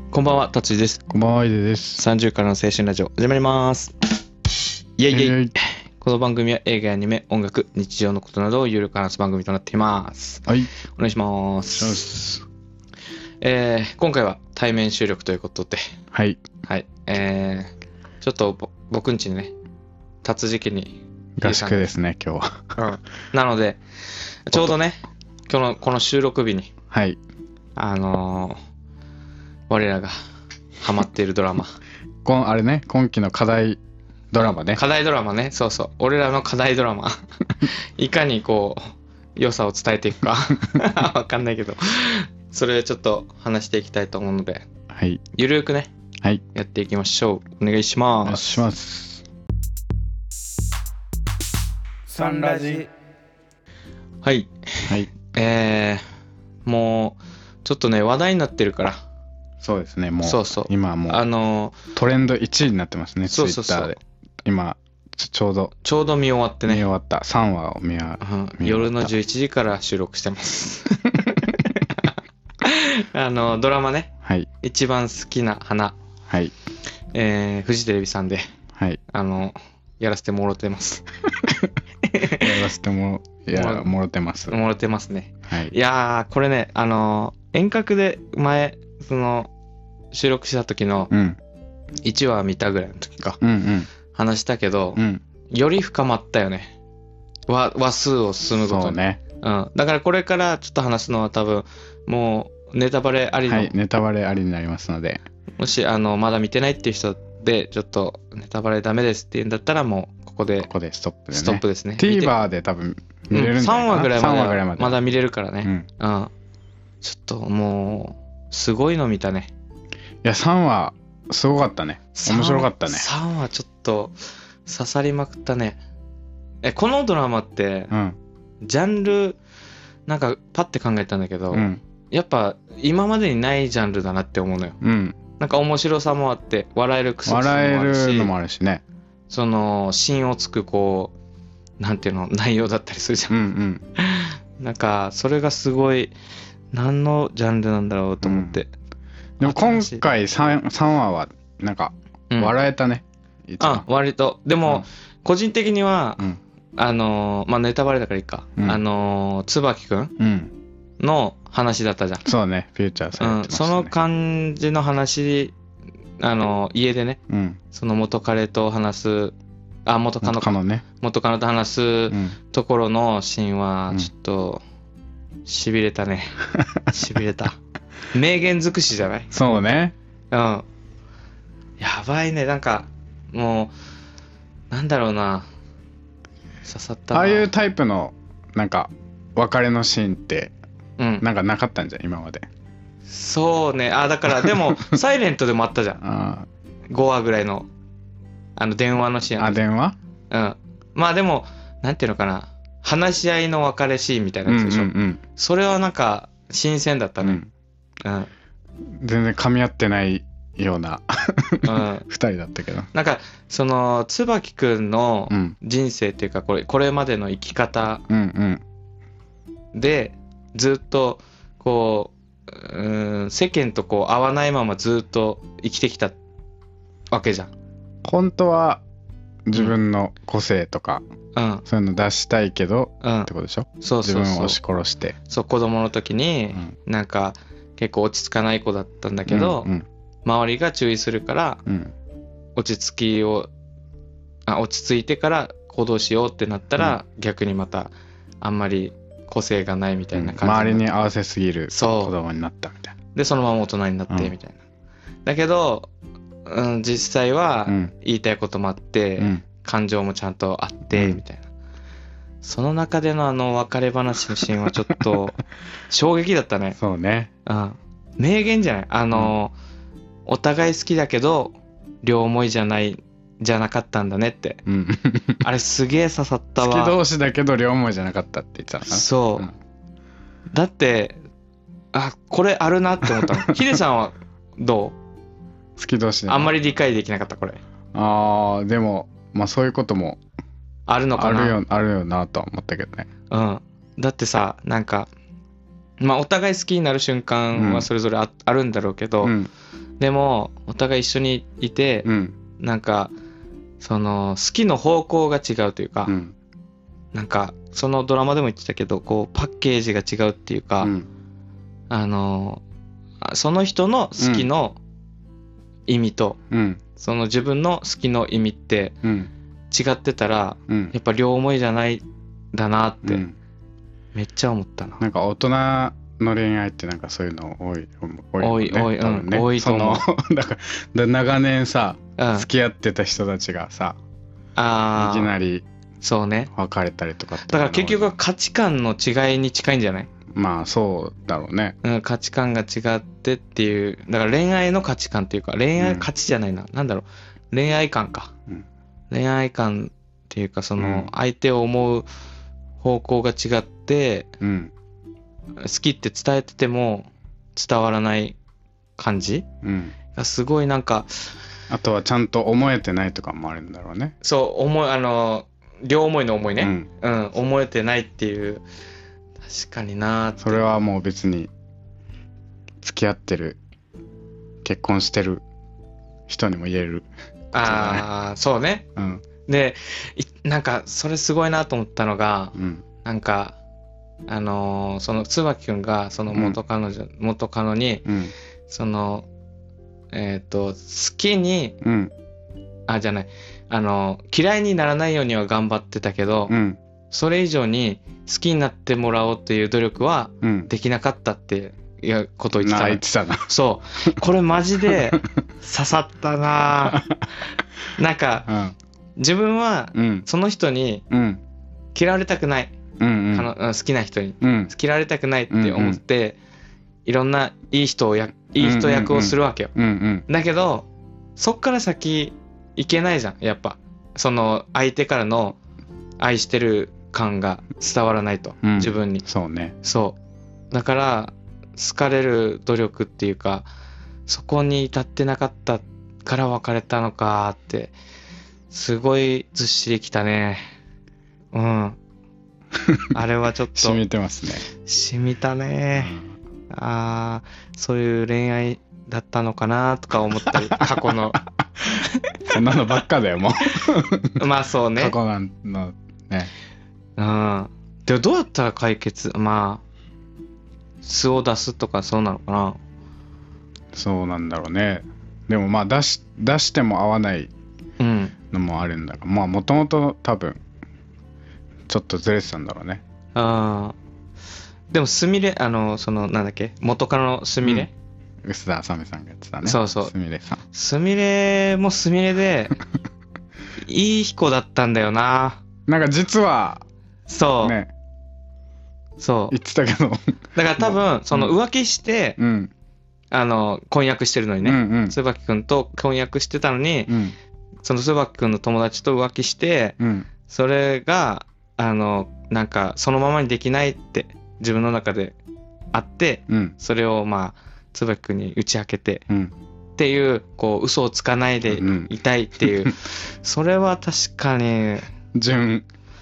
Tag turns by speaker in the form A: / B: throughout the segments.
A: こんばんは、達治です。
B: こんばんは、いでです。
A: 30からの青春ラジオ始まります。イェイイェイ。この番組は映画やアニメ、音楽、日常のことなどをゆるく話す番組となっています。
B: はい。
A: お願いします。今回は対面収録ということで。
B: はい。
A: はい。ちょっと僕ん家にね、達治家に。
B: 合宿ですね、今日は。
A: うん。なので、ちょうどね、今日のこの収録日に。
B: はい。
A: 我らがハマっているドラマ
B: あれね、今期の課題ドラマね。
A: 課題ドラマね、そうそう、俺らの課題ドラマいかにこう良さを伝えていくかわかんないけど、それちょっと話していきたいと思うので、
B: はい、
A: ゆるーくね、
B: はい、
A: やっていきましょう。お願いします。
B: お願いします。
A: サンラジ。はい
B: はい。
A: もうちょっとね話題になってるから。
B: そうですね、もう
A: そう
B: 今はもうトレンド1位になってますね、ツイッターで。今ちょうど
A: 見終わってね。
B: 見終わった3話を見終わった。
A: 夜の11時から収録してますドラマね、
B: はい、
A: 一番好きな花、
B: はい、
A: フジテレビさんで、
B: はい、
A: やらせてもろてます
B: やらせてもろてます
A: ね、
B: はい、
A: いやーこれね遠隔で前その収録した時の1話見たぐらいの時か、話したけど、より深まったよね、話数を進むごとに。
B: そうね、
A: だからこれからちょっと話すのは多分もうネタバレありの、
B: はい、ネタバレありになりますので、
A: もしまだ見てないっていう人でちょっとネタバレダメですって言うんだったらもうここで
B: ストップでね。
A: ストップですね。
B: TVer で多分見れるんじゃないかな。
A: 3話ぐらいまでまだ見れるからね。ちょっともうすごいの見たね。い
B: や3話すごかったね。面白かったね。
A: 3話ちょっと刺さりまくったね。このドラマって、ジャンルなんかパッて考えたんだけど、やっぱ今までにないジャンルだなって思うのよ。なんか面白さもあって笑える
B: のもあるしね。
A: その芯をつくこうなんていうの内容だったりするじゃん。なんかそれがすごい何のジャンルなんだろうと思って。
B: でも今回 3話はなんか笑えたね。
A: 割とでも個人的にはまあネタバレだからいいか、椿くんの話だったじゃん。
B: そうね、フューチャーされてましたね。
A: その感じの話、家でね、その元彼と話す元カノと話すところのシーンはちょっとしびれたね。しびれた。名言尽くしじゃない？
B: そうね。
A: やばいね。なんかもうなんだろうな、刺さったな。
B: ああいうタイプのなんか別れのシーンってなんかなかったんじゃん今まで。
A: そうね。だからでもサイレントでもあったじゃん。5話ぐらいの電話のシーン。
B: 電話？
A: まあでもなんていうのかな、話し合いの別れシーンみたいなやつでしょ。それはなんか新鮮だったね。
B: 全然噛み合ってないような2人だったけど、
A: なんかその椿くんの人生っていうかこれまでの生き方でずっとこう世間とこう合わないままずっと生きてきたわけじゃん。
B: 本当は自分の個性とか、そういうの出したいけど、ってことでしょ。自分を押し殺して。
A: そう、子供の時に、なんか結構落ち着かない子だったんだけど、周りが注意するから、落ち着いてから行動しようってなったら、逆にまたあんまり個性がないみたいな感じ、
B: 周りに合わせすぎる子供になったみたいな。
A: でそのまま大人になってみたいな、だけど、実際は言いたいこともあって、感情もちゃんとあってみたいな、その中での別れ話のシーンはちょっと衝撃だったね。
B: そうね。
A: 名言じゃない？お互い好きだけど両思いじゃなかったんだねって。あれすげえ刺さったわ。
B: 好き同士だけど両思いじゃなかったって言ってたな。
A: そう。だってこれあるなって思ったの。ヒデさんはど
B: う？好き同士で
A: あんまり理解できなかったこれ。
B: でもまあそういうことも
A: あるのかな。
B: あるよなとは思ったけどね。
A: だってさ、なんかまあお互い好きになる瞬間はそれぞれあるんだろうけど、 でもお互い一緒にいて、なんかその好きの方向が違うというか、なんかそのドラマでも言ってたけど、こうパッケージが違うっていうか、その人の好きの意味と、その自分の好きの意味って違ってたら、やっぱ両思いじゃないんだなって、めっちゃ思ったな。
B: なんか大人の恋愛ってなんかそういうの多い
A: 多いと思
B: う。だから長年さ、付き合ってた人たちがさ、いきなり
A: そうね
B: 別れたりとかって、
A: だから結局は価値観の違いに近いんじゃない？
B: まあそうだろうね。
A: 価値観が違ってっていう、だから恋愛の価値観っていうか、恋愛価値じゃないな、なんだろう、恋愛観か、恋愛観っていうか、その相手を思う方向が違って、好きって伝えてても伝わらない感じがすごいなんか、
B: あとはちゃんと思えてないとかもあるんだろうね。
A: そう両思いの思いね、思えてないっていう、確かにな。
B: それはもう別に付き合ってる、結婚してる人にも言える。
A: そうね。でなんかそれすごいなと思ったのが、なんかその椿くんがその元彼女に、その好きに、じゃない、嫌いにならないようには頑張ってたけど、それ以上に好きになってもらおうっていう努力はできなかったっていうことを言ってたな。そう、これマジで刺さったな。なんか、自分はその人に嫌われたくない、好きな人に嫌われたくないって思って、いろんないい人役をするわけよ。だけどそっから先いけないじゃん、やっぱ。その相手からの愛してる感が伝わらないと、自分に。
B: そうね。
A: そうだから好かれる努力っていうか、そこに至ってなかったから別れたのかって、すごいずっしりきたね。あれはちょっと
B: 染みてますね。
A: 染みたね。そういう恋愛だったのかなとか思ったり、過去の
B: そんなのばっかだよもう。
A: まあそうね、
B: 過去のね。
A: でもどうやったら解決、素を出すとかそうなのかな。
B: そうなんだろうね。でもまあ出しても合わないのもあるんだが、もともと多分ちょっとずれてたんだろうね。
A: でもすみれ、そのなんだっけ、元カノのすみれ、
B: 臼田あさみさんが言ってたね。
A: そうそう、
B: すみれさん。
A: すみれもすみれでいい子だったんだよな。
B: なんか実は
A: そう
B: ね、
A: そう
B: 言ってたけど、
A: だから多分その浮気して、婚約してるのにね、椿くんと婚約してたのに、その椿くんの友達と浮気して、それがなんかそのままにできないって自分の中であって、それを椿くんに打ち明けて、っていう、こう嘘をつかないでいたいっていう、それは確かに純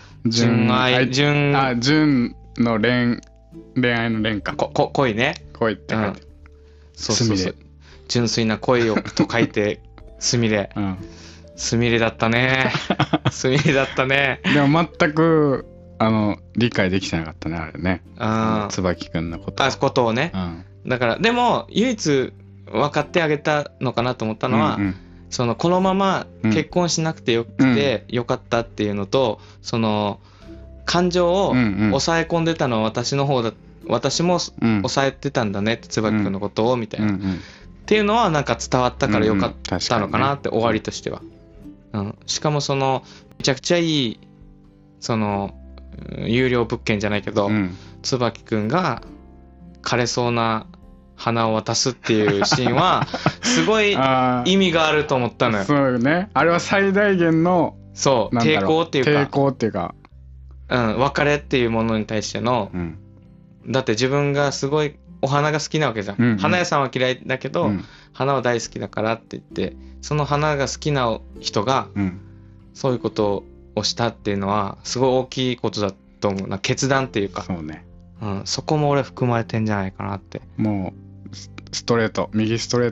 B: の恋愛の恋か。
A: 恋ね。
B: 恋って書いて、
A: そう純粋な恋をと書いてすみれ。すみれだったね。すみれだったね。
B: でも全く理解できてなかったね、あれね。椿くんの
A: ことをね。だからでも唯一分かってあげたのかなと思ったのは、そのこのまま結婚しなくてよくてよかったっていうのと、その感情を抑え込んでたのは私の方だ、私も抑えてたんだねって、椿くんのことをみたいな、っていうのはなんか伝わったからよかったのかなって、終わりとしては。しかもそのめちゃくちゃいいその有料物件じゃないけど、椿くんが枯れそうな花を渡すっていうシーンはすごい意味があると思ったのよ。
B: そうね、あれは最大限の
A: 抵抗っていうか、別れっていうものに対しての、だって自分がすごいお花が好きなわけじゃん、花屋さんは嫌いだけど、花は大好きだからって言って、その花が好きな人がそういうことをしたっていうのはすごい大きいことだと思うな、決断っていうか。
B: そうね、
A: そこも俺含まれてんじゃないかなって。
B: もうストレート、右ストレート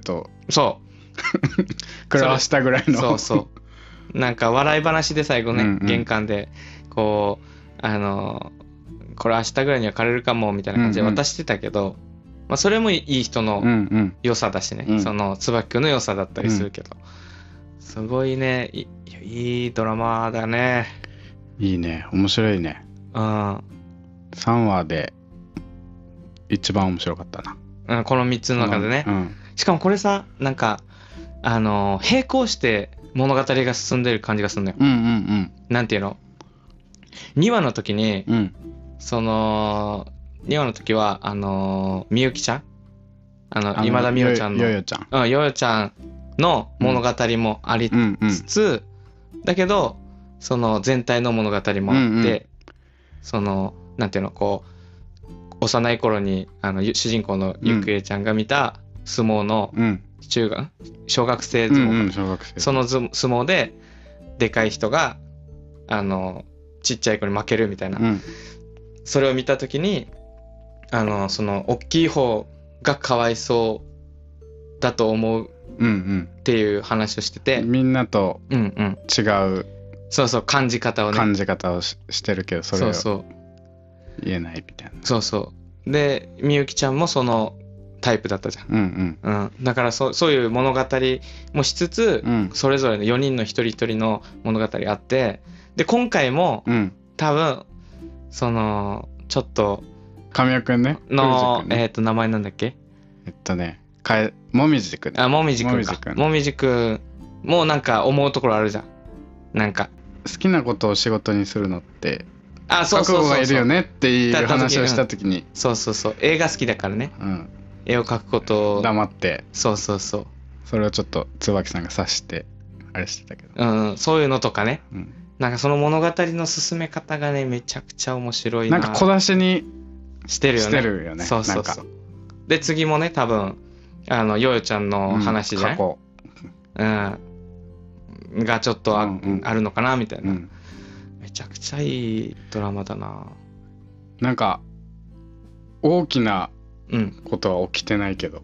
A: そう
B: これは明日ぐらいの
A: そうそうなんか笑い話で最後ね、玄関でこうこれ明日ぐらいには枯れるかもみたいな感じで渡してたけど、まあ、それもいい人の良さだしね、その椿くんの良さだったりするけど、すごいねいいドラマだね。
B: いいね、面白いね。3話で一番面白かった
A: な、この3つの中でね、しかもこれさなんか並行して物語が進んでる感じがするんだよ。なんていうの、2話の時に、その2話の時はみゆきちゃん今田美桜ちゃんの
B: ヨヨちゃん
A: ヨヨちゃんの物語もありつつ、だけどその全体の物語もあって、そのなんていうのこう幼い頃に主人公のゆくえちゃんが見た相撲の小学生相撲、その相撲ででかい人がちっちゃい子に負けるみたいな、それを見た時にその大きい方がかわいそうだと思うっていう話をしてて、
B: みんなと違う、
A: そうそう感じ方をね
B: してるけどそれを言えないみたいな。
A: そうそうでみゆきちゃんもそのタイプだったじゃん。だからそういう物語もしつつ、それぞれの4人の一人一人の物語あって、で今回も、多分そのちょっと
B: 神谷くんね
A: の名前なんだっけ、
B: もみじくん。
A: もみじくんか。もみじくんもなんか思うところあるじゃん。なんか
B: 好きなことを仕事にするのって
A: 覚
B: 悟がいるよねっていう話をした時に、
A: そう映画好きだからね、絵を描くことを
B: 黙って、
A: そ
B: れをちょっと椿さんが指してあれしてたけ
A: ど、そういうのとかね、なんかその物語の進め方がねめちゃくちゃ面白いな。
B: なんか小出しに
A: してるよね。そうで次もね多分ヨヨちゃんの話じゃない、過去がちょっとあるのかなみたいな、めちゃくちゃいいドラマだな。
B: なんか大きなことは起きてないけど、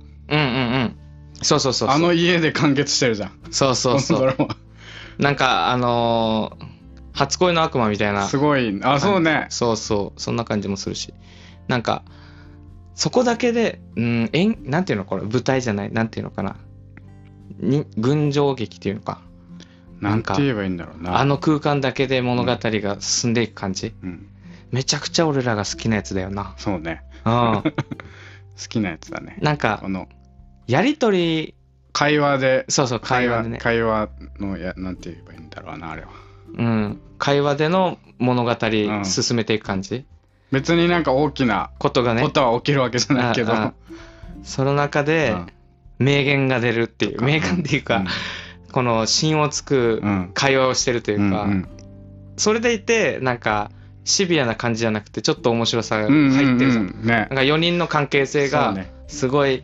B: そう家で完結してるじゃん。
A: そうなんか初恋の悪魔みたいな、
B: すごいそうね、
A: そんな感じもするし、なんかそこだけでなんていうのこれ舞台じゃない、なんていうのかな、群青劇っていうのか、
B: なんて言えばいいんだろうな、
A: 空間だけで物語が進んでいく感じ、めちゃくちゃ俺らが好きなやつだよな。
B: そうね好きなやつだね。
A: なんかやりとり
B: 会話で
A: 会話でね、
B: 会話のなんて言えばいいんだろうなあれは。
A: 会話での物語進めていく感じ、
B: 別になんか大きなことがねことは起きるわけじゃないけど、
A: その中で名言が出るっていう、名言っていうか、この芯をつく会話をしてるというか、それでいてなんかシビアな感じじゃなくてちょっと面白さが入ってるじゃん。なんか4人の関係性がすごい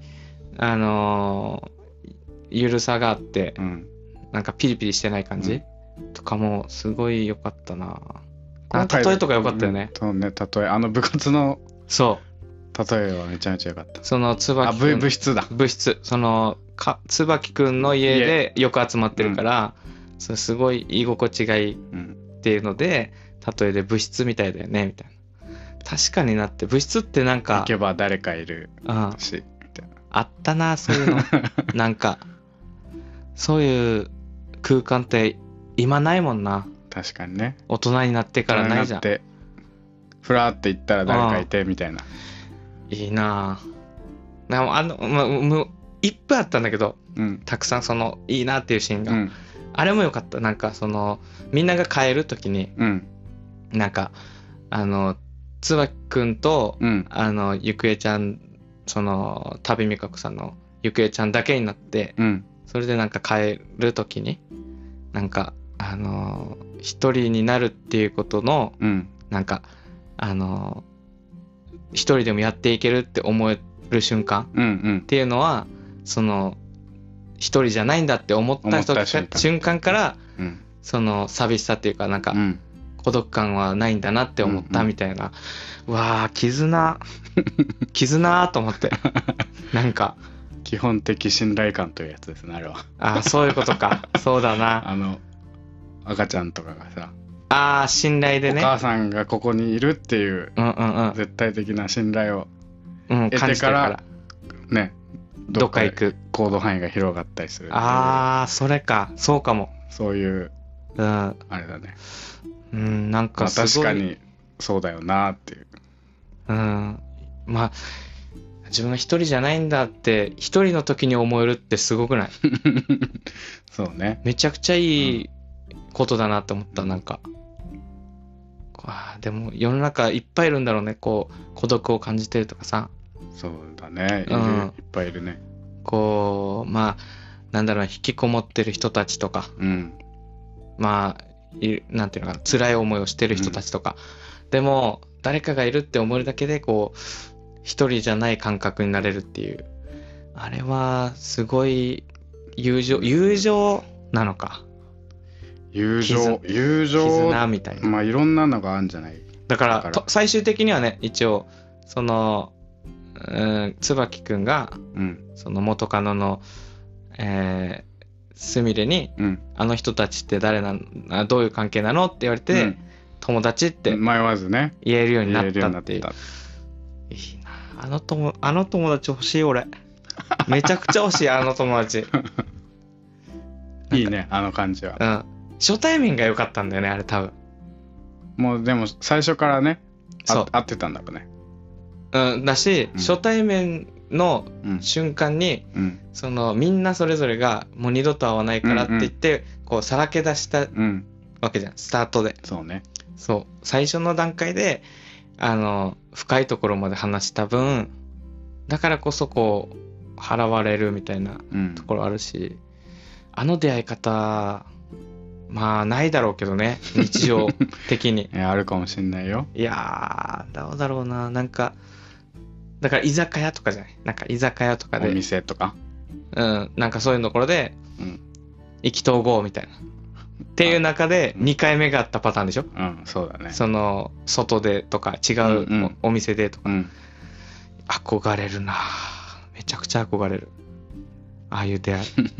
A: ゆるさがあって、なんかピリピリしてない感じ、とかもすごい良かったな。例えとか良かったよね。
B: そうね、例え部活の例えはめちゃめちゃ良かった。
A: その椿くん
B: 部室だ。
A: その椿くんの家でよく集まってるから、すごい居心地がいいっていうので、例えで部室みたいだよねみたいな。確かになって、部室ってなんか
B: 行けば誰かいるしみたいな、
A: あったなそういうのなんかそういう空間って今ないもんな。
B: 確かにね、
A: 大人になってからないじゃん。
B: ふらって行ったら誰かいてみたいな。
A: いいなぁ。1分あったんだけど、たくさんいいなっていうシーンが、あれもよかった。なんかみんなが帰る時に、なんか椿くんと、ゆくえちゃん、旅美香子さんのゆくえちゃんだけになって、それでなんか帰る時になんか一人になるっていうことの、なんか一人でもやっていけるって思える瞬間っていうのは、一人じゃないんだって思った瞬間から、寂しさっていうかなんか、孤独感はないんだなって思ったみたいな、わあ絆と思ってなんか
B: 基本的信頼感というやつですね、あれは。
A: ああ、そういうことか。そうだな。
B: 赤ちゃんとかがさ、
A: ああ、信頼でね。
B: お母さんがここにいるっていう、絶対的な信頼を得てからね、
A: どっか行く
B: 行動範囲が広がったりする。
A: ああ、それか。そうかも。
B: そういう、あれだね。
A: なんかすごい、
B: 確かにそうだよなっていう。
A: まあ自分が一人じゃないんだって一人の時に思えるってすごくない？
B: そうね。
A: めちゃくちゃいいことだなって思った。なんかでも世の中いっぱいいるんだろうね、こう孤独を感じてるとかさ。
B: そうだね、いっぱいいるね。
A: こうまあなんだろう、引きこもってる人たちとか、まあなんていうのかな、辛い思いをしてる人たちとか、でも誰かがいるって思えるだけでこう一人じゃない感覚になれるっていう、あれはすごい友情なのか。
B: 友情
A: 絆みたいな。
B: まあいろんなのがあるんじゃない。
A: だから最終的にはね、一応その椿くんが、その元カノのすみれに、あの人たちってどういう関係なのって言われて、友達って
B: 迷わずね
A: 言えるようになったっていう。いいなあの友達欲しい。俺めちゃくちゃ欲しい、あの友達。
B: いいね、あの感じは。
A: 初対面が良かったんだよね、あれ多分。
B: もうでも最初からね、会ってたんだろうね。
A: だし、初対面の瞬間に、そのみんなそれぞれがもう二度と会わないからって言って、こうさらけ出したわけじゃん、スタートで。
B: そうね。
A: そう最初の段階で深いところまで話した分、だからこそこう払われるみたいなところあるし、あの出会い方まあないだろうけどね、日常的に。
B: あるかもしんないよ。
A: いやーどうだろうな。なんかだから居酒屋とかじゃない、なんか居酒屋とかで
B: お店とか、
A: なんかそういうところで、意気投合みたいなっていう中で2回目があったパターンでしょ。
B: そうだね。
A: その外でとか違うお店でとか、憧れるな。めちゃくちゃ憧れる、ああいう出会い。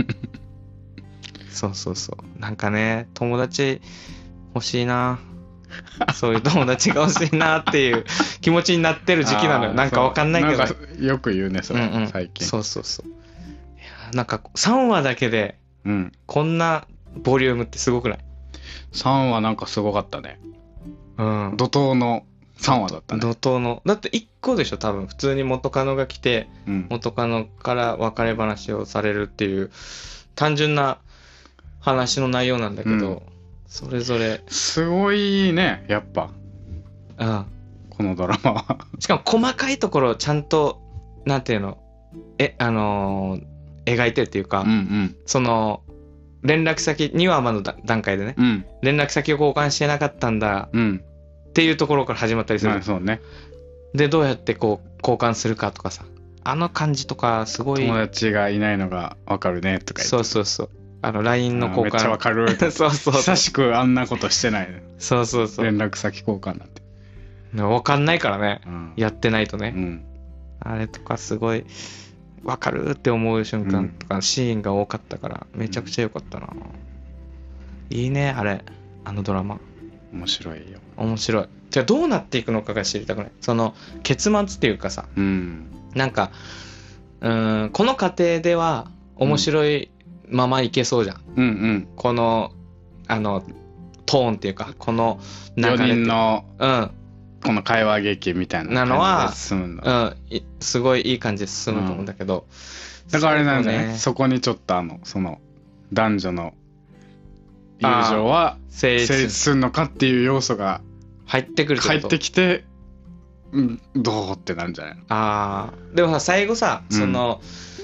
A: そうなんかね、友達欲しいな。そういう友達が欲しいなっていう気持ちになってる時期なのよ。なんかわかんないけど、
B: なんかよく言うねそれ、最近。
A: そういやなんか3話だけでこんなボリュームってすごくない
B: ？3話なんかすごかったね。怒涛の3話だったね。
A: 怒涛の。だって1個でしょ多分。普通に元カノが来て、元カノから別れ話をされるっていう単純な話の内容なんだけど、それぞれ
B: すごいね、やっぱ。このドラマは。
A: しかも細かいところをちゃんとなんていうの、描いてるっていうか、その連絡先2話の段階でね、連絡先を交換してなかったんだっていうところから始まったりする。
B: そうね。
A: でどうやってこう交換するかとかさ、あの感じとかすごい。
B: 友達がいないのが分かるねとか言って。
A: そう LINE の交換
B: めっちゃ分かる。
A: そう
B: 久しくあんなことしてない。
A: そう
B: 連絡先交換なんて
A: 分かんないからね、やってないとね、あれとかすごい分かるって思う瞬間とかシーンが多かったからめちゃくちゃ良かったな。いいねあのドラマ。
B: 面白いよ。
A: 面白い。じゃあどうなっていくのかが知りたくない？その結末っていうかさ、なんかこの過程では面白いままいけそうじゃん。このトーンっていうかこの
B: 流れ4人のこの会話劇みたいな
A: のは
B: 進むの、
A: すごいいい感じで進むと思うんだけど、
B: だからあれなんだね、そこにちょっとその男女の友情は成立するのかっていう要素が
A: 入ってくるってこと。
B: 入ってきて、どうってなるんじゃない？
A: でもさ最後さ、その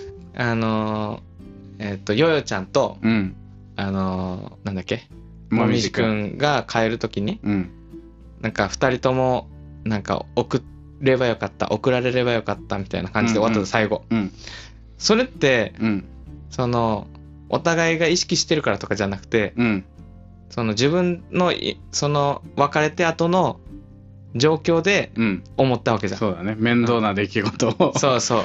A: ヨヨちゃんと、なんだっけ、もみじくんが帰るときに、なんか2人ともなんか送られればよかったみたいな感じで終わったの、最後。それって、そのお互いが意識してるからとかじゃなくて、その自分のその別れて後の状況で思ったわけじゃん。
B: そうだね、面倒な出来事を、
A: そう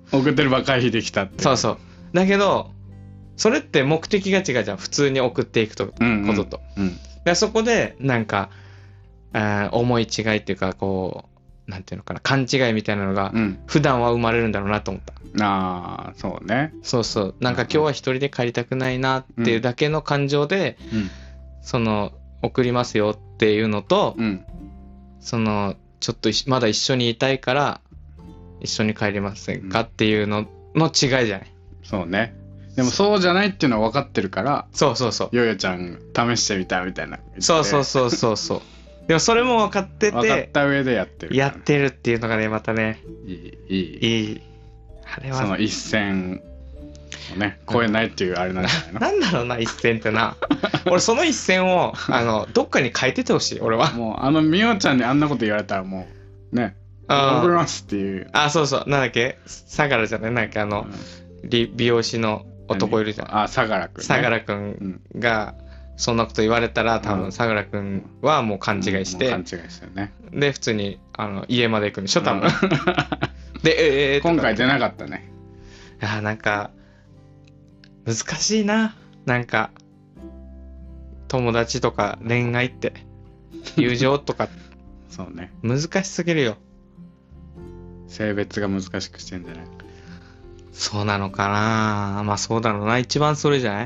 B: 送ってるば回避できたって。
A: そうそう。だけど、それって目的が違うじゃん。普通に送っていくことと。でそこで、なんか、思い違いっていうか、こう、なんていうのかな、勘違いみたいなのが、普段は生まれるんだろうなと思った。
B: ああ、そうね。
A: そうそう。なんか今日は一人で帰りたくないなっていうだけの感情で、その、送りますよっていうのと、その、ちょっとまだ一緒にいたいから、一緒に帰りませんかっていうのの違いじゃない。
B: そうね。でもそうじゃないっていうのは分かってるから、
A: そうそうそう。
B: ヨヨちゃん試してみたみたいな。
A: そうそうそうそうそう。でもそれも分かってて、
B: 分かった上でやってる、
A: やってるっていうのがね、またね、いい。
B: あれはその一線をね、超えないっていうあれなんじゃないの？
A: なんだろうな、一線ってな。俺その一線をどっかに書いててほしい、俺は。
B: もうみおちゃんにあんなこと言われたらもうね、送りますっていう。
A: そうそう、なんだっけ、相良じゃない、なんか美容師の男いるじゃん。
B: 相良くん、ね。
A: 相良くんがそんなこと言われたら、多分相良くんはもう勘違いして、
B: 勘違いしてね。
A: で普通に家まで行くんでしょ、多分。で
B: 今回出なかったね。
A: なんか難しいな、なんか友達とか恋愛って友情とか
B: そうね、
A: 難しすぎるよ。
B: 性別が難しくしてんじゃない？
A: そうなのかな。まあそうだろうな。一番それじゃない？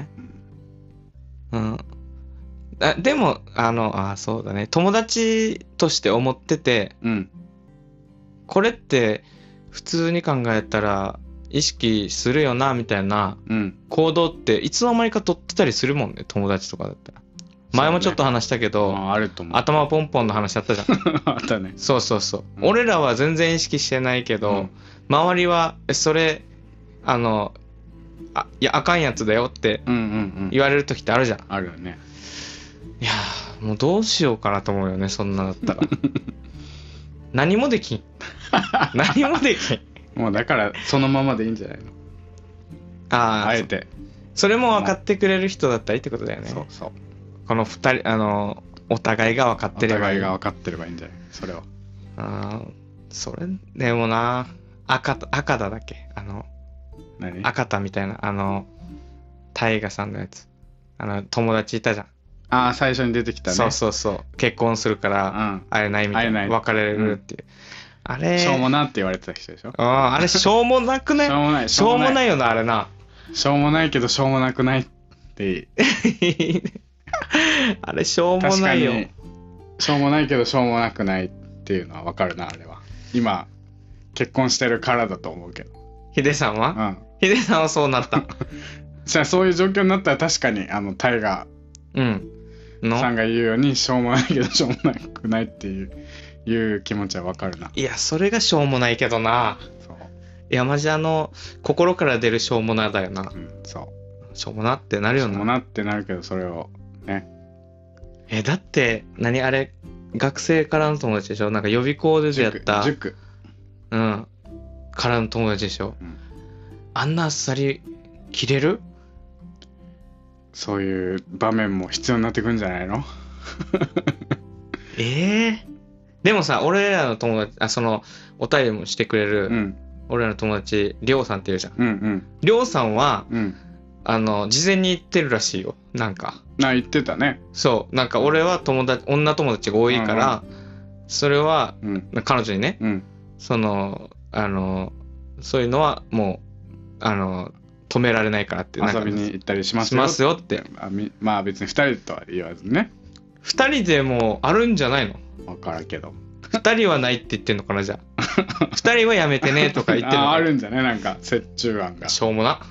A: でもそうだね。友達として思ってて、これって普通に考えたら意識するよなみたいな行動っていつの間にか取ってたりするもんね。友達とかだったら。前もちょっと話したけど、頭ポンポンの話あったじゃん。
B: あったね。
A: そうそうそう。俺らは全然意識してないけど、周りはそれいやあかんやつだよって言われる時ってあるじゃん。
B: あるよね。
A: いやもうどうしようかなと思うよね、そんなだったら。何もできん。何もできん。
B: もうだからそのままでいいんじゃないの？あえて。
A: それも分かってくれる人だったらいいってことだよね。
B: そうそう。
A: この2人お互いが分かってればいい。
B: お互いが分かってればいいんじゃない？それは。
A: それでもな、赤田だっけ？
B: 何？
A: 赤田みたいな大河さんのやつ、友達いたじゃん。
B: 最初に出てきたね。
A: そうそうそう、結婚するから会えないみたいな、別れるっていう、あれ
B: しょうもなって言われてた人でしょ。
A: あれしょうもなくね？しょうもないよな、あれな。
B: しょうもないけどしょうもなくないって
A: あれしょうもないよ。
B: しょうもないけどしょうもなくないっていうのは分かるな、あれは。今結婚してるからだと思うけど。
A: ヒデさんは？ヒデさんはそうなった。
B: じゃあそういう状況になったら確かにタイガさんが言うようにしょうもないけどしょうもなくないっていう気持ちはわかるな。
A: いやそれがしょうもないけどな。そう、いやマジ心から出るしょうもなだよな。そうしょうもなってなるよな。
B: しょうもなってなるけど、それをね。
A: だって何あれ、学生からの友達でしょ。なんか予備校でやった
B: 塾
A: からの友達でしょ。あんなあっさり切れる？
B: そういう場面も必要になってくんじゃないの？
A: でもさ、俺らの友達、お便りもしてくれる、俺らの友達りょうさんっているじゃん。りょうさんは、事前に言ってるらしいよ。なんか
B: 言ってたね。
A: そう、なんか俺は女友達が多いから、それは、彼女にね、そういうのはもう止められないからって、
B: 遊びに行ったりします
A: よって。
B: まあ別に2人とは言わずね。
A: 2人でもあるんじゃないの？
B: 分からんけど。
A: 2人はないって言ってんのかな、じゃあ。2人はやめてねとか言ってんのかな。
B: あるんじゃね、なんか折衷案が。
A: しょうもな。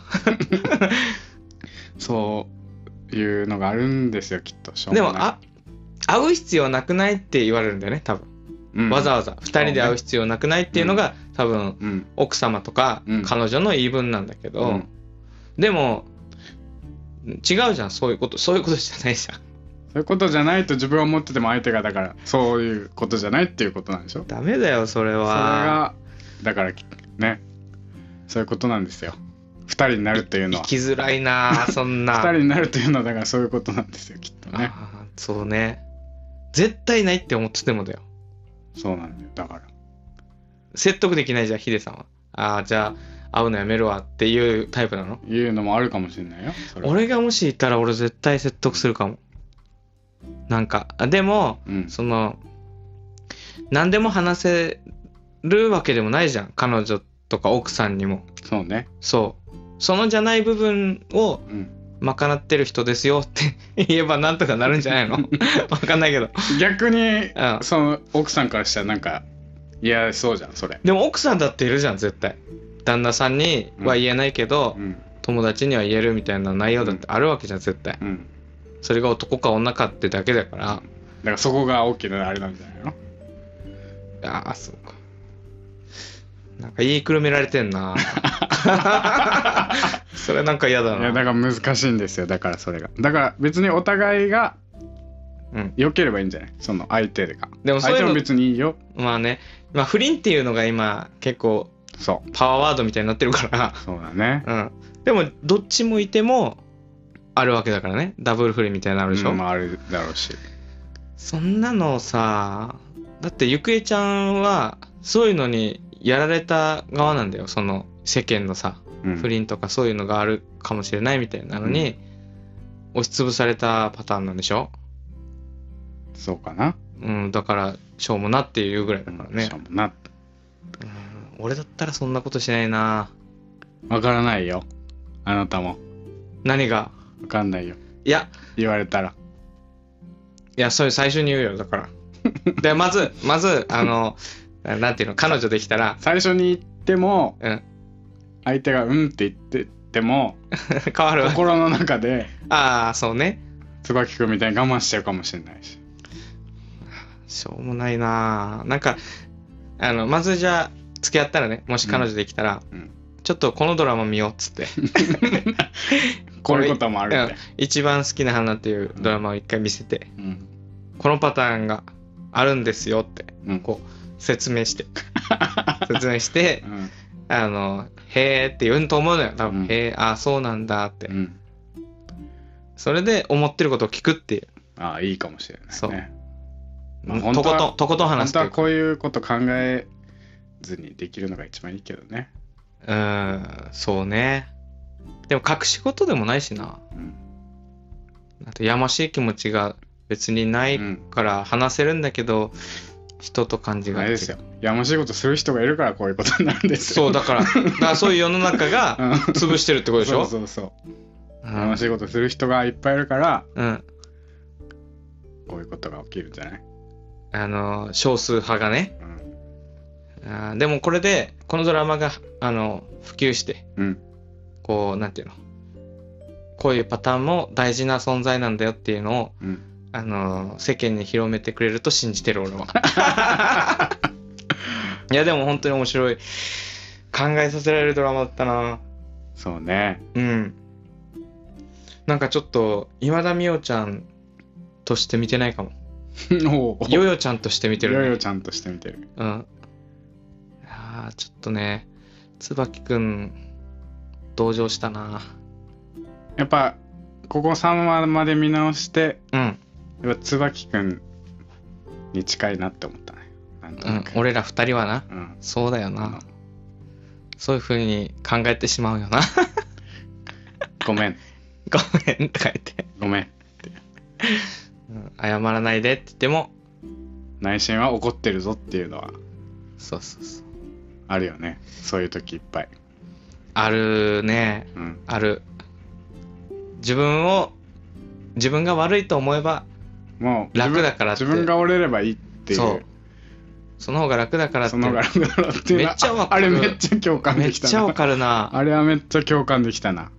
B: そういうのがあるんですよ、きっと。
A: でも会う必要なくないって言われるんだよね、多分。わざわざ2人で会う必要なくないっていうのが、多分、奥様とか彼女の言い分なんだけど、でも違うじゃん。そういうことじゃないじゃん。
B: そういうことじゃないと自分は思ってても、相手がだからそういうことじゃないっていうことなんでしょ。
A: ダメだよそれは。
B: それがだからね、そういうことなんですよ。2人になるというのは。
A: 生きづらいなそんな。
B: 2人になるというのはだからそういうことなんですよ、きっとね。
A: そうね。絶対ないって思っててもだよ。
B: そうなんだよ。だから
A: 説得できないじゃん、ヒデさんは。じゃ会うのやめるわっていうタイプなの？
B: いうのもあるかもしれないよ。
A: 俺がもしいたら俺絶対説得するかも。なんかでも、その何でも話せるわけでもないじゃん、彼女とか奥さんにも。
B: そうね。
A: そうそのじゃない部分を賄ってる人ですよって言えばなんとかなるんじゃないの？わかんないけど
B: 逆に、その奥さんからしたらなんか嫌そうじゃんそれ。
A: でも奥さんだっているじゃん絶対。旦那さんには言えないけど、友達には言えるみたいな内容だってあるわけじゃん絶対、それが男か女かってだけだから、だ
B: からそこが大きなあれなんじゃないの？
A: ああそうか。なんか言いくるめられてんなそれなんか嫌だな。
B: いやだから難しいんですよ。だからそれがだから別にお互いが良ければいいんじゃない？その相手が。
A: でもそういうの
B: 相手も別にいいよ。
A: まあね、まあ不倫っていうのが今結構パワーワードみたいになってるから
B: そうだね。
A: でもどっちもいてもあるわけだからね。ダブル不倫みたいなのあるでしょ。
B: まああるだろうし。
A: そんなのさ、だってゆくえちゃんはそういうのにやられた側なんだよ。その世間のさ、不倫とかそういうのがあるかもしれないみたいなのに、押しつぶされたパターンなんでしょ。
B: そうかな。
A: だからしょうもなっていうぐらいだからね。
B: しょうもな。
A: 俺だったらそんなことしないな。
B: わからないよ。あなたも。
A: 何が？
B: わかんないよ。
A: いや
B: 言われたら。
A: いやそれ最初に言うよだからでまずなんていうの、彼女できたら
B: 最初に言っても、相手がって言ってても
A: 変わるわ。
B: 心の中で
A: ああそうね、
B: 椿君みたいに我慢しちゃうかもしれないし。
A: しょうもないな。なんかまずじゃあ付き合ったらね、もし彼女できたら、ちょっとこのドラマ見ようっつって
B: こういうこともあるんで、
A: 一番好きな花っていうドラマを一回見せて、このパターンがあるんですよって、こう説明してへーって言うと思うのよ多分、へー、あそうなんだって、それで思ってることを聞くっていう。
B: ああいいかもしれないね。そう、
A: まあ、とことん話す。
B: 本当はこういうこと考えずにできるのが一番いいけどね。
A: そうね。でも隠し事でもないしな、あとやましい気持ちが別にないから話せるんだけど、人と感じが
B: あれですよ、やましいことする人がいるからこういうことになるんですよ。
A: そうだからそういう世の中が潰してるってことでしょ。
B: そうやましいことする人がいっぱいいるから、こういうことが起きるんじゃない？
A: 少数派がね、でもこれでこのドラマが普及して、こうなんていうの、こういうパターンも大事な存在なんだよっていうのを、世間に広めてくれると信じてる俺はいやでも本当に面白い、考えさせられるドラマだったな。
B: そうね。
A: なんかちょっと今田美桜ちゃんとして見てないかもヨヨちゃんとして見てる、
B: ヨヨちゃんとして見てる。
A: いやちょっとね、椿くん同情したな。
B: やっぱここ3話まで見直して、やっぱ椿くんに近いなって思ったね。なんとなく、
A: 俺ら2人はな、そうだよな、そういう風に考えてしまうよな
B: ごめん
A: ごめんとか言って
B: ごめんって、
A: 謝らないでって言っても
B: 内心は怒ってるぞっていうのは
A: そうそうそう
B: あるよね。そういう時いっぱい
A: あるね、ある。自分が悪いと思えばもう楽だからって、
B: 自分が折れればいいっていう、
A: その方が楽だからって、
B: その方が楽だからっていうのはめっちゃわかる。あれめっちゃ共感できたな。めっちゃわかるな。あれはめっちゃ共感できたな。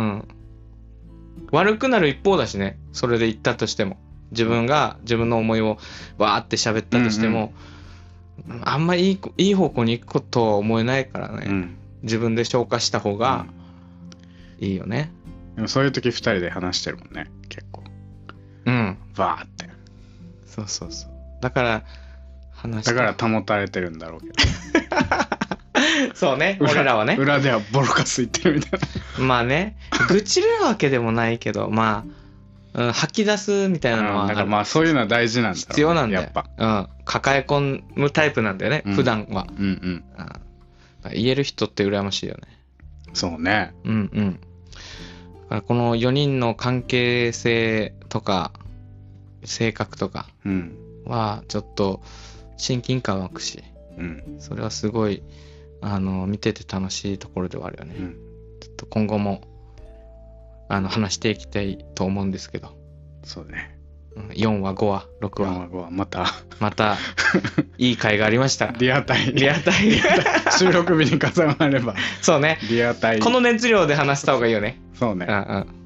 A: 悪くなる一方だしね、それで言ったとしても、自分が自分の思いをわーって喋ったとしても、あんまりいい方向に行くことは思えないからね、自分で消化した方がいいよね。
B: でもそういう時2人で話してるもんね、結構。バーって。
A: そうそうそう。だから
B: 保たれてるんだろうけど
A: そうね、俺らはね。
B: 裏ではボロカス言ってるみたいな
A: まあね、愚痴るわけでもないけど、まあ、吐き出すみたいなのは
B: だからまあそういうのは大事なんだろう、
A: 必要なんだよ、
B: やっぱ。
A: 抱え込むタイプなんだよね、普段は。言える人って羨ましいよね。
B: そうね。
A: うんうん。だからこの4人の関係性とか性格とかはちょっと親近感湧くし、うん、それはすごい見てて楽しいところではあるよね。うん、ちょっと今後も話していきたいと思うんですけど。
B: そうね。
A: 4話、5話、6話。
B: 4話、5話、ま
A: たいい回がありました。
B: リアタイ。収録日に重なれば。
A: そうね。
B: リアタイ。
A: この熱量で話した方がいいよね。
B: そうね。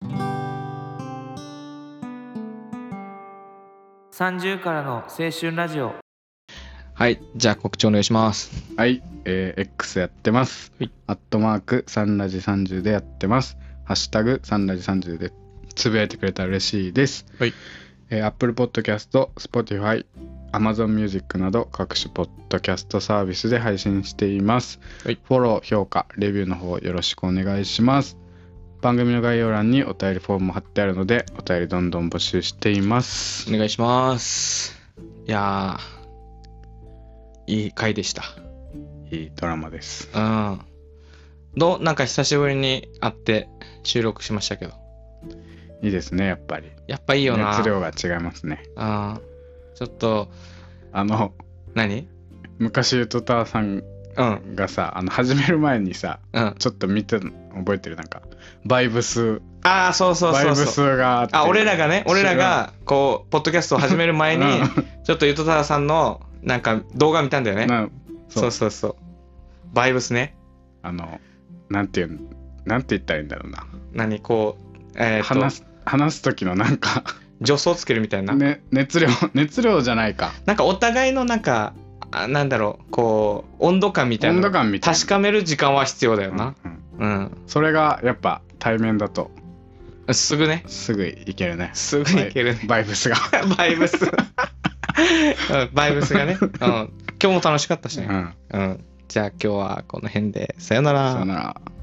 A: 30からの青春ラジオ。はい、じゃあ告知お願いします。
B: はい、X やってます。はい、サンラジ30でやってます。ハッシュタグサンラジ30でつぶやいてくれたら嬉しいです。はい。Apple Podcast、Spotify、Amazon Music など各種ポッドキャストサービスで配信しています。はい、フォロー、評価、レビューの方よろしくお願いします。番組の概要欄にお便りフォームも貼ってあるので、お便りどんどん募集しています。
A: お願いします。いやー、いい回でした。
B: いいドラマです。
A: うん。なんか久しぶりに会って収録しましたけど。
B: いいですね、やっぱり。
A: やっぱいいよな。
B: 熱量が違いますね。
A: ちょっと何
B: 昔ゆとたさんがさ、始める前にさ、ちょっと見て覚えてる、なんかバイブス。
A: そう
B: バイブスがあって、
A: 俺らがこうポッドキャストを始める前にちょっとゆとたさんのなんか動画見たんだよね。そうバイブスね。
B: なんて言ったらいいんだろうな。
A: こう
B: 話す時のなんか
A: 助走つけるみたいな、
B: ね、熱量じゃないか、
A: なんかお互いのなんかなんだろう、こう温度感みたいな確かめる時間は必要だよな。
B: それがやっぱ対面だと
A: すぐい
B: けるね。
A: バイブスがバイブスがね、今日も楽しかったしね。じゃあ今日はこの辺でさよなら。